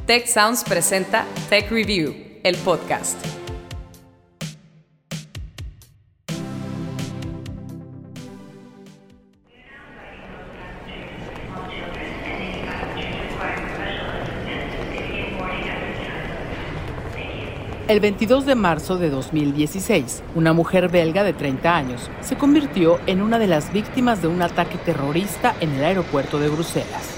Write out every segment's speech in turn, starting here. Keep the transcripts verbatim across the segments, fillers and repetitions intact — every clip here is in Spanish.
Tech Sounds presenta Tech Review, el podcast. El veintidós de marzo de dos mil dieciséis, una mujer belga de treinta años se convirtió en una de las víctimas de un ataque terrorista en el aeropuerto de Bruselas.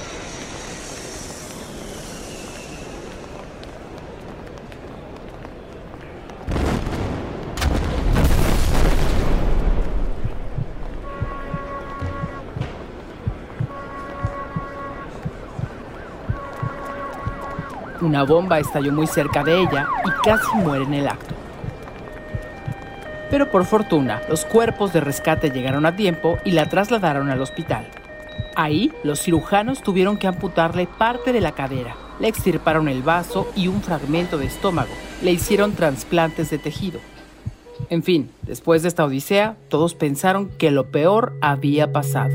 Una bomba estalló muy cerca de ella y casi muere en el acto. Pero por fortuna, los cuerpos de rescate llegaron a tiempo y la trasladaron al hospital. Ahí, los cirujanos tuvieron que amputarle parte de la cadera, le extirparon el vaso y un fragmento de estómago, le hicieron trasplantes de tejido. En fin, después de esta odisea, todos pensaron que lo peor había pasado.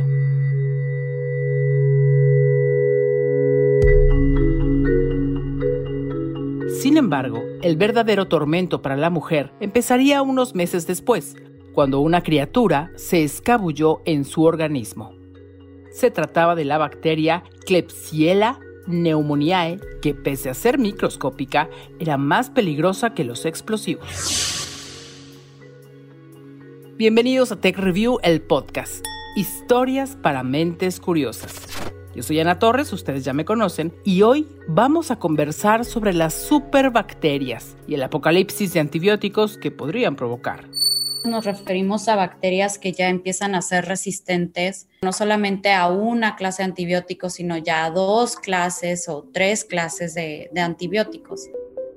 Sin embargo, el verdadero tormento para la mujer empezaría unos meses después, cuando una criatura se escabulló en su organismo. Se trataba de la bacteria Klebsiella pneumoniae, que pese a ser microscópica, era más peligrosa que los explosivos. Bienvenidos a Tech Review, el podcast. Historias para mentes curiosas. Yo soy Ana Torres, ustedes ya me conocen, y hoy vamos a conversar sobre las superbacterias y el apocalipsis de antibióticos que podrían provocar. Nos referimos a bacterias que ya empiezan a ser resistentes, no solamente a una clase de antibióticos, sino ya a dos clases o tres clases de, de antibióticos.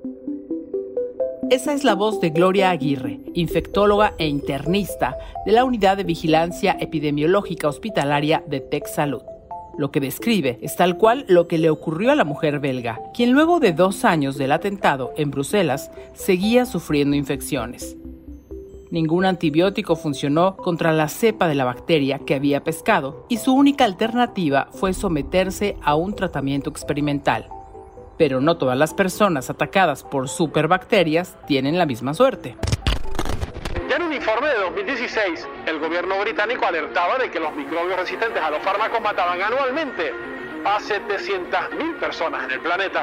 Esa es la voz de Gloria Aguirre, infectóloga e internista de la Unidad de Vigilancia Epidemiológica Hospitalaria de Tech Salud. Lo que describe es tal cual lo que le ocurrió a la mujer belga, quien luego de dos años del atentado en Bruselas seguía sufriendo infecciones. Ningún antibiótico funcionó contra la cepa de la bacteria que había pescado y su única alternativa fue someterse a un tratamiento experimental. Pero no todas las personas atacadas por superbacterias tienen la misma suerte. Ya en un informe de dos mil dieciséis, el gobierno británico alertaba de que los microbios resistentes a los fármacos mataban anualmente a setecientas mil personas en el planeta.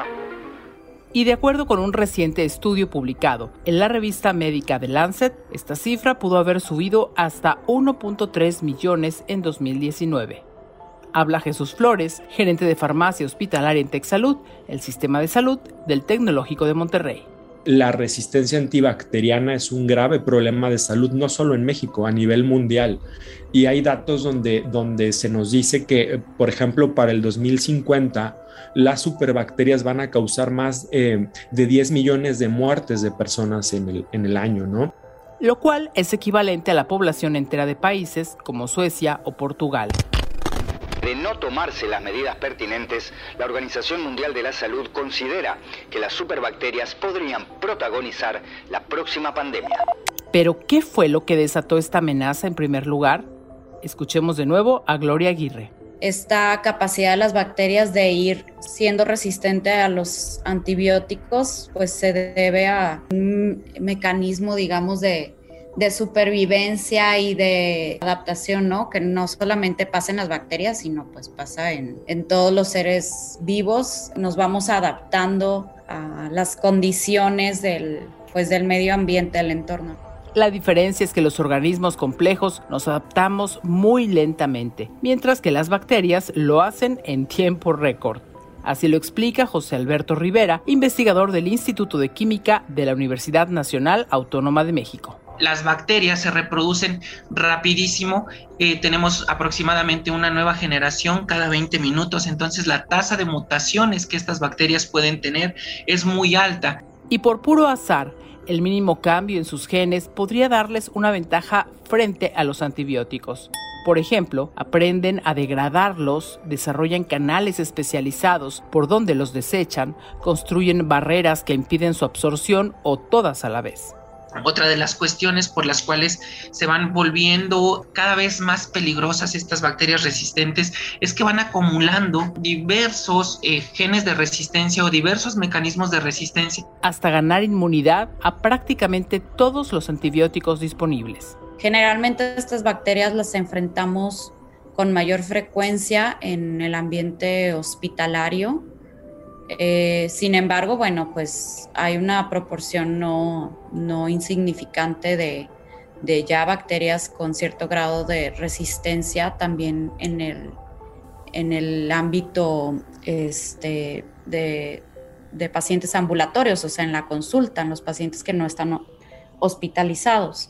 Y de acuerdo con un reciente estudio publicado en la revista médica The Lancet, esta cifra pudo haber subido hasta uno punto tres millones en dos mil diecinueve. Habla Jesús Flores, gerente de farmacia hospitalaria en Tech Salud, el sistema de salud del Tecnológico de Monterrey. La resistencia antibacteriana es un grave problema de salud, no solo en México, a nivel mundial. Y hay datos donde, donde se nos dice que, por ejemplo, para el dos mil cincuenta, las superbacterias van a causar más eh, de diez millones de muertes de personas en el, en el año, ¿no? Lo cual es equivalente a la población entera de países como Suecia o Portugal. De no tomarse las medidas pertinentes, la Organización Mundial de la Salud considera que las superbacterias podrían protagonizar la próxima pandemia. ¿Pero qué fue lo que desató esta amenaza en primer lugar? Escuchemos de nuevo a Gloria Aguirre. Esta capacidad de las bacterias de ir siendo resistente a los antibióticos, pues se debe a un mecanismo, digamos, de de supervivencia y de adaptación, ¿no? Que no solamente pasa en las bacterias, sino pues pasa en, en todos los seres vivos. Nos vamos adaptando a las condiciones del, pues, del medio ambiente, del entorno. La diferencia es que los organismos complejos nos adaptamos muy lentamente, mientras que las bacterias lo hacen en tiempo récord. Así lo explica José Alberto Rivera, investigador del Instituto de Química de la Universidad Nacional Autónoma de México. Las bacterias se reproducen rapidísimo, eh, tenemos aproximadamente una nueva generación cada veinte minutos, entonces la tasa de mutaciones que estas bacterias pueden tener es muy alta. Y por puro azar, el mínimo cambio en sus genes podría darles una ventaja frente a los antibióticos. Por ejemplo, aprenden a degradarlos, desarrollan canales especializados por donde los desechan, construyen barreras que impiden su absorción o todas a la vez. Otra de las cuestiones por las cuales se van volviendo cada vez más peligrosas estas bacterias resistentes es que van acumulando diversos eh, genes de resistencia o diversos mecanismos de resistencia. Hasta ganar inmunidad a prácticamente todos los antibióticos disponibles. Generalmente estas bacterias las enfrentamos con mayor frecuencia en el ambiente hospitalario. Eh, sin embargo, bueno, pues hay una proporción no, no insignificante de, de ya bacterias con cierto grado de resistencia también en el, en el ámbito este, de, de pacientes ambulatorios, o sea, en la consulta, en los pacientes que no están hospitalizados.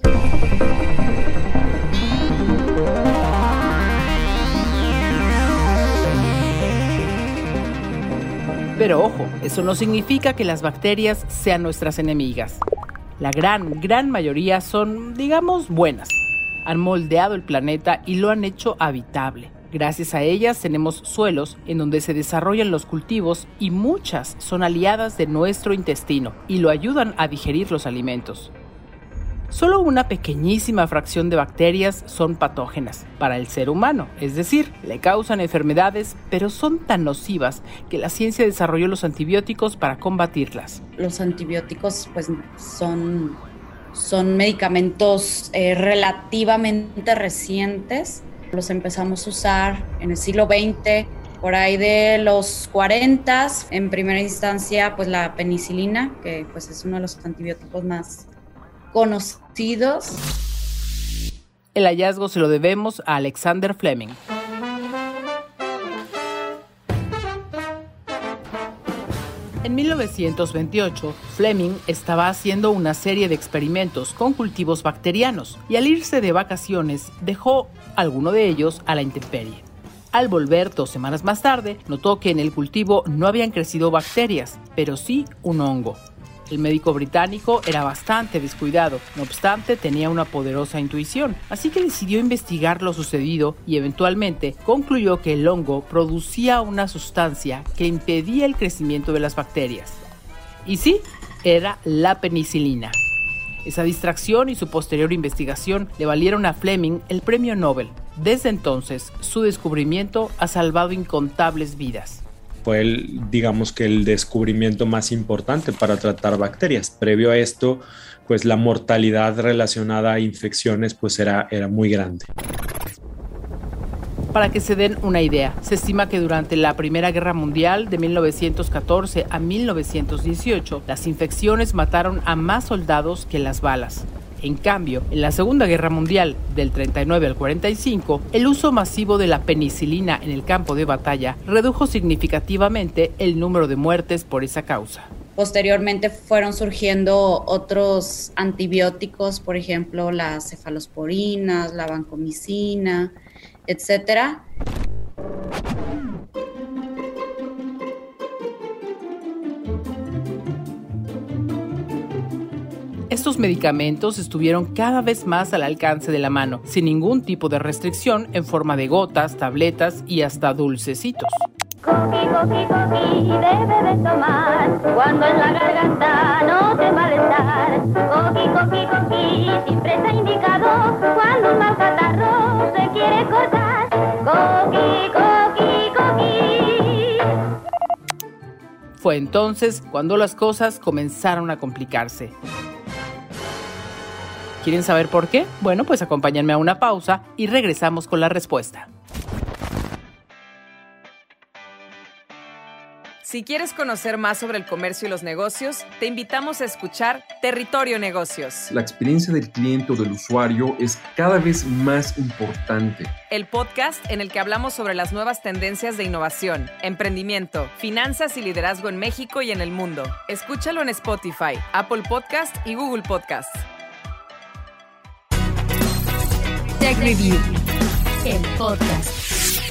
Pero ojo, eso no significa que las bacterias sean nuestras enemigas. La gran, gran mayoría son, digamos, buenas. Han moldeado el planeta y lo han hecho habitable. Gracias a ellas tenemos suelos en donde se desarrollan los cultivos y muchas son aliadas de nuestro intestino y lo ayudan a digerir los alimentos. Solo una pequeñísima fracción de bacterias son patógenas para el ser humano, es decir, le causan enfermedades, pero son tan nocivas que la ciencia desarrolló los antibióticos para combatirlas. Los antibióticos pues, son, son medicamentos eh, relativamente recientes. Los empezamos a usar en el siglo veinte, por ahí de los cuarenta, en primera instancia pues la penicilina, que pues, es uno de los antibióticos más conocidos. El hallazgo se lo debemos a Alexander Fleming. En mil novecientos veintiocho, Fleming estaba haciendo una serie de experimentos con cultivos bacterianos y al irse de vacaciones dejó alguno de ellos a la intemperie. Al volver dos semanas más tarde, notó que en el cultivo no habían crecido bacterias, pero sí un hongo. El médico británico era bastante descuidado, no obstante tenía una poderosa intuición, así que decidió investigar lo sucedido y eventualmente concluyó que el hongo producía una sustancia que impedía el crecimiento de las bacterias. Y sí, era la penicilina. Esa distracción y su posterior investigación le valieron a Fleming el premio Nobel. Desde entonces, su descubrimiento ha salvado incontables vidas. Fue, el, digamos que el descubrimiento más importante para tratar bacterias. Previo a esto, pues la mortalidad relacionada a infecciones pues era, era muy grande. Para que se den una idea, se estima que durante la Primera Guerra Mundial de mil novecientos catorce a mil novecientos dieciocho, las infecciones mataron a más soldados que las balas. En cambio, en la Segunda Guerra Mundial, del treinta y nueve al cuarenta y cinco, el uso masivo de la penicilina en el campo de batalla redujo significativamente el número de muertes por esa causa. Posteriormente fueron surgiendo otros antibióticos, por ejemplo, las cefalosporinas, la vancomicina, etcétera. Estos medicamentos estuvieron cada vez más al alcance de la mano, sin ningún tipo de restricción en forma de gotas, tabletas y hasta dulcecitos. Coqui, coqui, coqui, debe de tomar cuando en la garganta no te malestar. Coqui, coqui, coqui, siempre está indicado cuando un mal catarro se quiere cortar. Coqui, coqui, coqui. Fue entonces cuando las cosas comenzaron a complicarse. ¿Quieren saber por qué? Bueno, pues acompáñenme a una pausa y regresamos con la respuesta. Si quieres conocer más sobre el comercio y los negocios, te invitamos a escuchar Territorio Negocios. La experiencia del cliente o del usuario es cada vez más importante. El podcast en el que hablamos sobre las nuevas tendencias de innovación, emprendimiento, finanzas y liderazgo en México y en el mundo. Escúchalo en Spotify, Apple Podcast y Google Podcast. Tech Review, el podcast.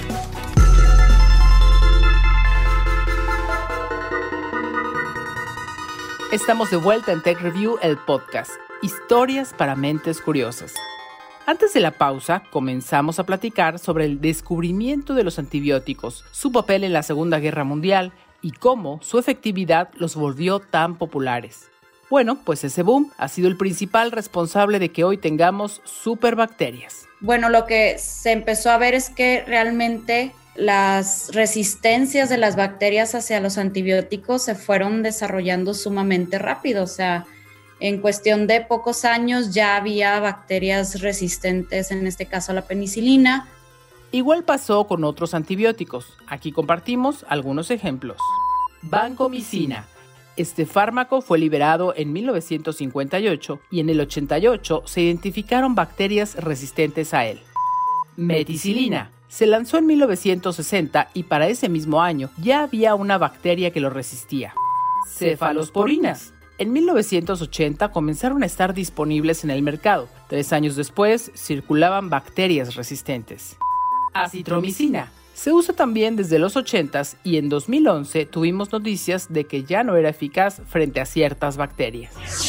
Estamos de vuelta en Tech Review, el podcast. Historias para mentes curiosas. Antes de la pausa, comenzamos a platicar sobre el descubrimiento de los antibióticos, su papel en la Segunda Guerra Mundial y cómo su efectividad los volvió tan populares. Bueno, pues ese boom ha sido el principal responsable de que hoy tengamos superbacterias. Bueno, lo que se empezó a ver es que realmente las resistencias de las bacterias hacia los antibióticos se fueron desarrollando sumamente rápido. O sea, en cuestión de pocos años ya había bacterias resistentes, en este caso a la penicilina. Igual pasó con otros antibióticos. Aquí compartimos algunos ejemplos. Vancomicina. Este fármaco fue liberado en mil novecientos cincuenta y ocho y en el ochenta y ocho se identificaron bacterias resistentes a él. Meticilina. Se lanzó en mil novecientos sesenta y para ese mismo año ya había una bacteria que lo resistía. Cefalosporinas. En mil novecientos ochenta comenzaron a estar disponibles en el mercado. Tres años después circulaban bacterias resistentes. Acitromicina. Se usa también desde los ochentas y en dos mil once tuvimos noticias de que ya no era eficaz frente a ciertas bacterias.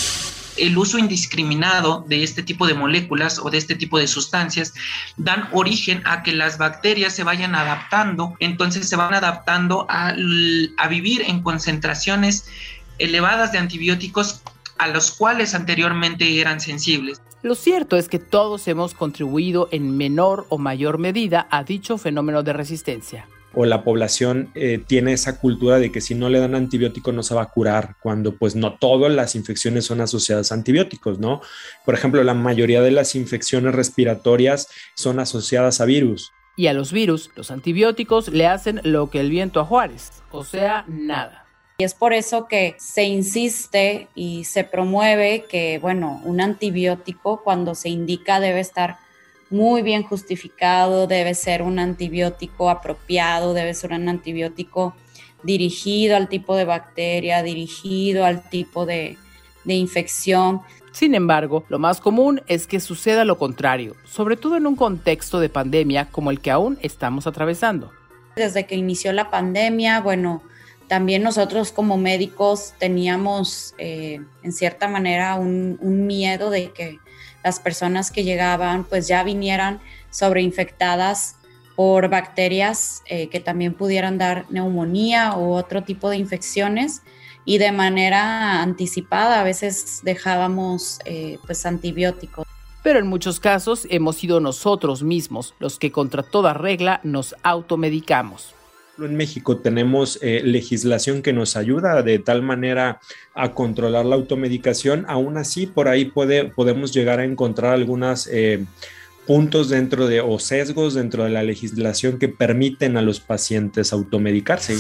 El uso indiscriminado de este tipo de moléculas o de este tipo de sustancias dan origen a que las bacterias se vayan adaptando, entonces se van adaptando a, a vivir en concentraciones elevadas de antibióticos a los cuales anteriormente eran sensibles. Lo cierto es que todos hemos contribuido en menor o mayor medida a dicho fenómeno de resistencia. O la población eh, tiene esa cultura de que si no le dan antibiótico no se va a curar, cuando pues no todas las infecciones son asociadas a antibióticos, ¿no? Por ejemplo, la mayoría de las infecciones respiratorias son asociadas a virus. Y a los virus, los antibióticos le hacen lo que el viento a Juárez, o sea, nada. Y es por eso que se insiste y se promueve que, bueno, un antibiótico cuando se indica debe estar muy bien justificado, debe ser un antibiótico apropiado, debe ser un antibiótico dirigido al tipo de bacteria, dirigido al tipo de, de infección. Sin embargo, lo más común es que suceda lo contrario, sobre todo en un contexto de pandemia como el que aún estamos atravesando. Desde que inició la pandemia, bueno, también nosotros como médicos teníamos eh, en cierta manera un, un miedo de que las personas que llegaban pues ya vinieran sobreinfectadas por bacterias eh, que también pudieran dar neumonía u otro tipo de infecciones, y de manera anticipada a veces dejábamos eh, pues antibióticos. Pero en muchos casos hemos sido nosotros mismos los que contra toda regla nos automedicamos. En México tenemos eh, legislación que nos ayuda de tal manera a controlar la automedicación. Aún así, por ahí puede, podemos llegar a encontrar algunos eh, puntos dentro de o sesgos dentro de la legislación que permiten a los pacientes automedicarse.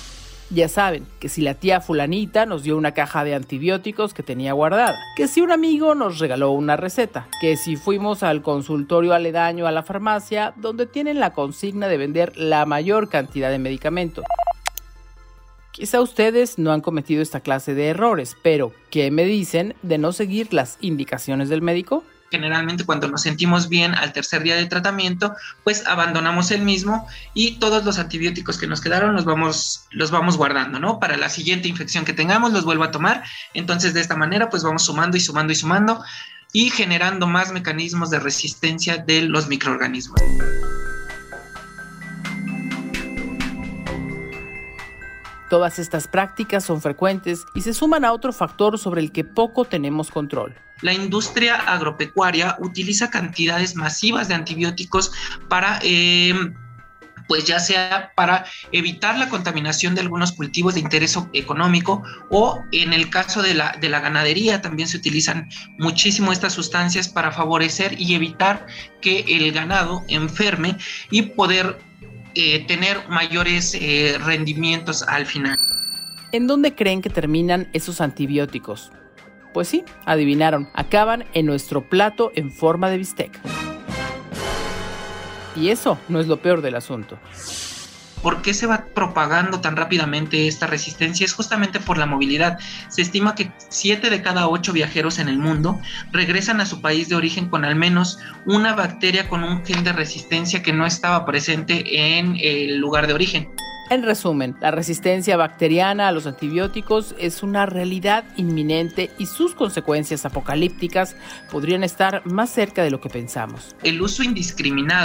Ya saben que si la tía fulanita nos dio una caja de antibióticos que tenía guardada, que si un amigo nos regaló una receta, que si fuimos al consultorio aledaño a la farmacia donde tienen la consigna de vender la mayor cantidad de medicamentos. Quizá ustedes no han cometido esta clase de errores, pero ¿qué me dicen de no seguir las indicaciones del médico? Generalmente cuando nos sentimos bien al tercer día de tratamiento, pues abandonamos el mismo y todos los antibióticos que nos quedaron los vamos, los vamos guardando, ¿no? Para la siguiente infección que tengamos los vuelvo a tomar. Entonces de esta manera pues vamos sumando y sumando y sumando y generando más mecanismos de resistencia de los microorganismos. Todas estas prácticas son frecuentes y se suman a otro factor sobre el que poco tenemos control. La industria agropecuaria utiliza cantidades masivas de antibióticos para, eh, pues ya sea para evitar la contaminación de algunos cultivos de interés económico, o en el caso de la, de la ganadería también se utilizan muchísimo estas sustancias para favorecer y evitar que el ganado enferme y poder eh, tener mayores eh, rendimientos al final. ¿En dónde creen que terminan esos antibióticos? Pues sí, adivinaron, acaban en nuestro plato en forma de bistec. Y eso no es lo peor del asunto. ¿Por qué se va propagando tan rápidamente esta resistencia? Es justamente por la movilidad. Se estima que siete de cada ocho viajeros en el mundo regresan a su país de origen con al menos una bacteria con un gen de resistencia que no estaba presente en el lugar de origen. En resumen, la resistencia bacteriana a los antibióticos es una realidad inminente y sus consecuencias apocalípticas podrían estar más cerca de lo que pensamos. El uso indiscriminado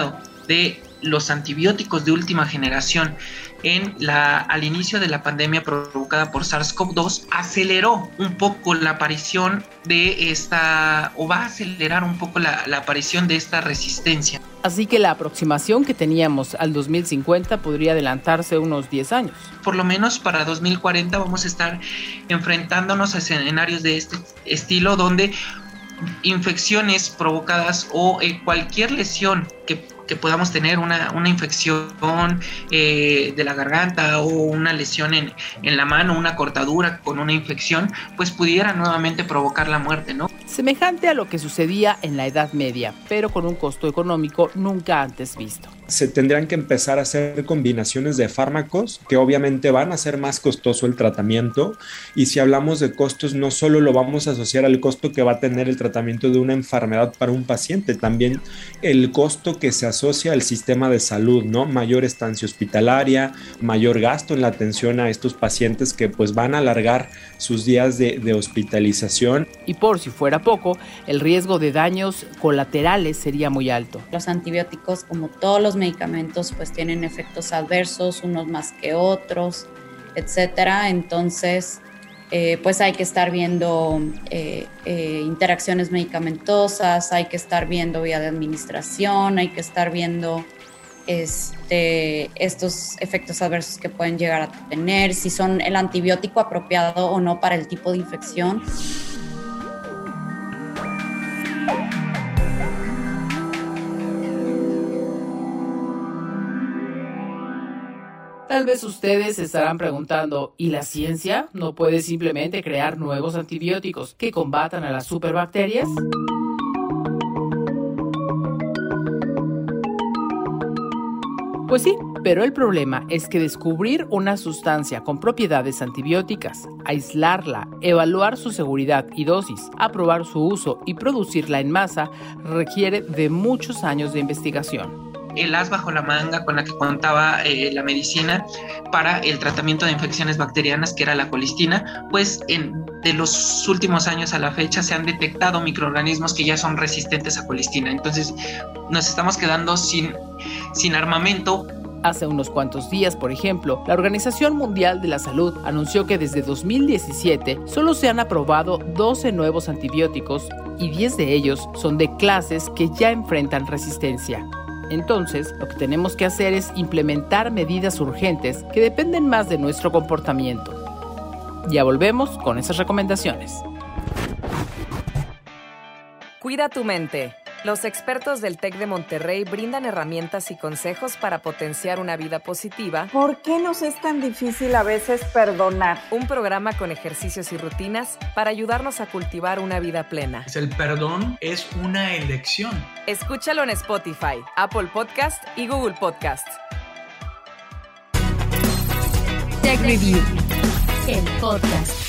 de los antibióticos de última generación en la, al inicio de la pandemia provocada por SARS-CoV dos aceleró un poco la aparición de esta, o va a acelerar un poco la, la aparición de esta resistencia. Así que la aproximación que teníamos al dos mil cincuenta podría adelantarse unos diez años. Por lo menos para dos mil cuarenta vamos a estar enfrentándonos a escenarios de este estilo donde infecciones provocadas o eh, cualquier lesión que, que podamos tener, una, una infección eh, de la garganta o una lesión en, en la mano, una cortadura con una infección, pues pudiera nuevamente provocar la muerte, ¿no? Semejante a lo que sucedía en la Edad Media, pero con un costo económico nunca antes visto. Se tendrían que empezar a hacer combinaciones de fármacos que obviamente van a hacer más costoso el tratamiento, y si hablamos de costos no solo lo vamos a asociar al costo que va a tener el tratamiento de una enfermedad para un paciente, también el costo que se asocia al sistema de salud, ¿no? Mayor estancia hospitalaria, mayor gasto en la atención a estos pacientes que pues van a alargar sus días de, de hospitalización. Y por si fuera poco, el riesgo de daños colaterales sería muy alto. Los antibióticos, como todos los medicamentos, pues tienen efectos adversos, unos más que otros, etcétera. Entonces, eh, pues hay que estar viendo eh, eh, interacciones medicamentosas, hay que estar viendo vía de administración, hay que estar viendo este, estos efectos adversos que pueden llegar a tener, si son el antibiótico apropiado o no para el tipo de infección. Tal vez ustedes se estarán preguntando, ¿y la ciencia no puede simplemente crear nuevos antibióticos que combatan a las superbacterias? Pues sí, pero el problema es que descubrir una sustancia con propiedades antibióticas, aislarla, evaluar su seguridad y dosis, aprobar su uso y producirla en masa requiere de muchos años de investigación. El as bajo la manga con la que contaba eh, la medicina para el tratamiento de infecciones bacterianas, que era la colistina, pues en, de los últimos años a la fecha se han detectado microorganismos que ya son resistentes a colistina. Entonces nos estamos quedando sin, sin armamento. Hace unos cuantos días, por ejemplo, la Organización Mundial de la Salud anunció que desde dos mil diecisiete solo se han aprobado doce nuevos antibióticos y diez de ellos son de clases que ya enfrentan resistencia. Entonces, lo que tenemos que hacer es implementar medidas urgentes que dependen más de nuestro comportamiento. Ya volvemos con esas recomendaciones. Cuida tu mente. Los expertos del TEC de Monterrey brindan herramientas y consejos para potenciar una vida positiva. ¿Por qué nos es tan difícil a veces perdonar? Un programa con ejercicios y rutinas para ayudarnos a cultivar una vida plena. El perdón es una elección. Escúchalo en Spotify, Apple Podcast y Google Podcast. Tech Review, el podcast.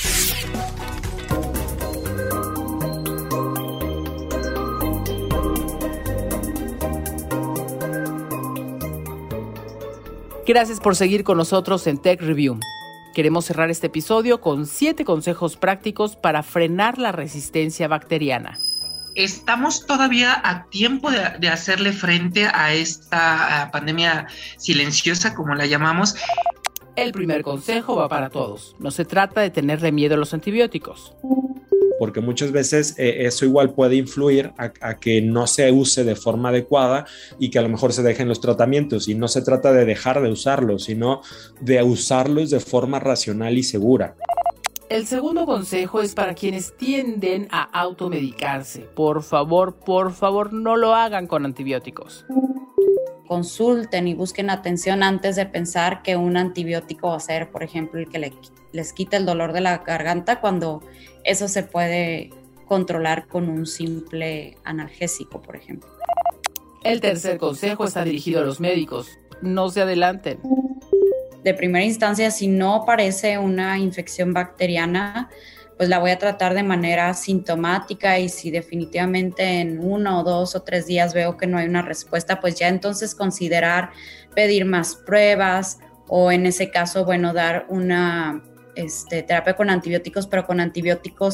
Gracias por seguir con nosotros en Tech Review. Queremos cerrar este episodio con siete consejos prácticos para frenar la resistencia bacteriana. Estamos todavía a tiempo de, de hacerle frente a esta a pandemia silenciosa, como la llamamos. El primer consejo va para todos. No se trata de tenerle miedo a los antibióticos. Porque muchas veces eh, eso igual puede influir a, a que no se use de forma adecuada y que a lo mejor se dejen los tratamientos. Y no se trata de dejar de usarlos, sino de usarlos de forma racional y segura. El segundo consejo es para quienes tienden a automedicarse. Por favor, por favor, no lo hagan con antibióticos. Consulten y busquen atención antes de pensar que un antibiótico va a ser, por ejemplo, el que le, les quita el dolor de la garganta, cuando eso se puede controlar con un simple analgésico, por ejemplo. El tercer consejo está dirigido a los médicos. No se adelanten. De primera instancia, si no parece una infección bacteriana, pues la voy a tratar de manera sintomática, y si definitivamente en uno o dos o tres días veo que no hay una respuesta, pues ya entonces considerar pedir más pruebas, o en ese caso, bueno, dar una este, terapia con antibióticos, pero con antibióticos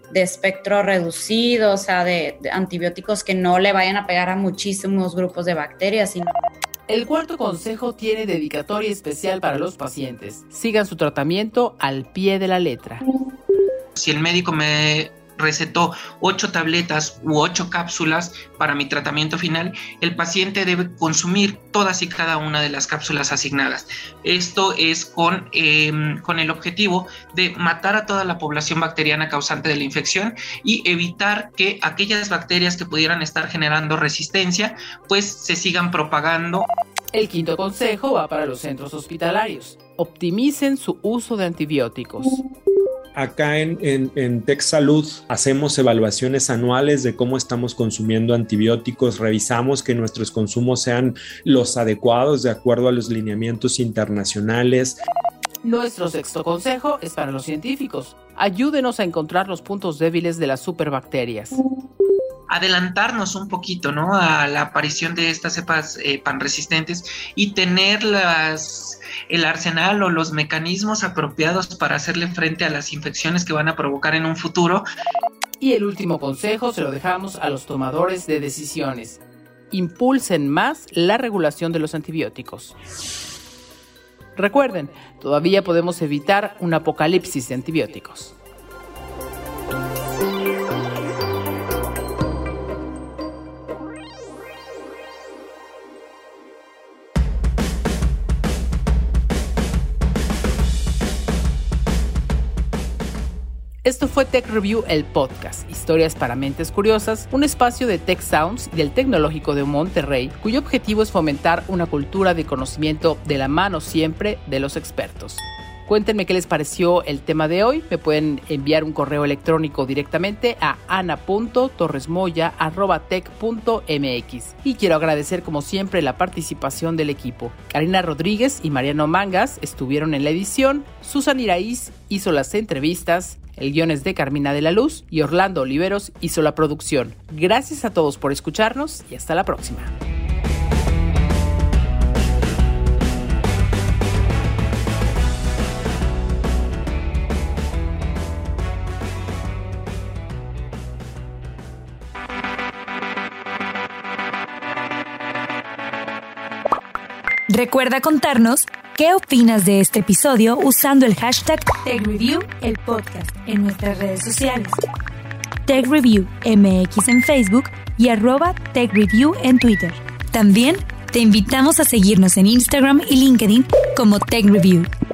de espectro reducido, o sea, de, de antibióticos que no le vayan a pegar a muchísimos grupos de bacterias, sino... El cuarto consejo tiene dedicatoria especial para los pacientes. Sigan su tratamiento al pie de la letra. Si el médico me recetó ocho tabletas u ocho cápsulas para mi tratamiento final, el paciente debe consumir todas y cada una de las cápsulas asignadas. Esto es con, eh, con el objetivo de matar a toda la población bacteriana causante de la infección y evitar que aquellas bacterias que pudieran estar generando resistencia pues se sigan propagando. El quinto consejo va para los centros hospitalarios. Optimicen su uso de antibióticos. Acá en, en, en TechSalud hacemos evaluaciones anuales de cómo estamos consumiendo antibióticos, revisamos que nuestros consumos sean los adecuados de acuerdo a los lineamientos internacionales. Nuestro sexto consejo es para los científicos. Ayúdenos a encontrar los puntos débiles de las superbacterias. Adelantarnos un poquito, ¿no?, a la aparición de estas cepas eh, panresistentes y tener las, el arsenal o los mecanismos apropiados para hacerle frente a las infecciones que van a provocar en un futuro. Y el último consejo se lo dejamos a los tomadores de decisiones. Impulsen más la regulación de los antibióticos. Recuerden, todavía podemos evitar un apocalipsis de antibióticos. Esto fue Tech Review, el podcast, historias para mentes curiosas, un espacio de Tech Sounds y del Tecnológico de Monterrey, cuyo objetivo es fomentar una cultura de conocimiento de la mano siempre de los expertos. Cuéntenme qué les pareció el tema de hoy. Me pueden enviar un correo electrónico directamente a ana punto torresmoya arroba tec punto mx. Y quiero agradecer como siempre la participación del equipo. Karina Rodríguez y Mariano Mangas estuvieron en la edición, Susan Iraíz hizo las entrevistas, el guion es de Carmina de la Luz y Orlando Oliveros hizo la producción. Gracias a todos por escucharnos y hasta la próxima. Recuerda contarnos qué opinas de este episodio usando el hashtag TechReview, el podcast, en nuestras redes sociales. TechReview M X en Facebook y arroba TechReview en Twitter. También te invitamos a seguirnos en Instagram y LinkedIn como TechReview.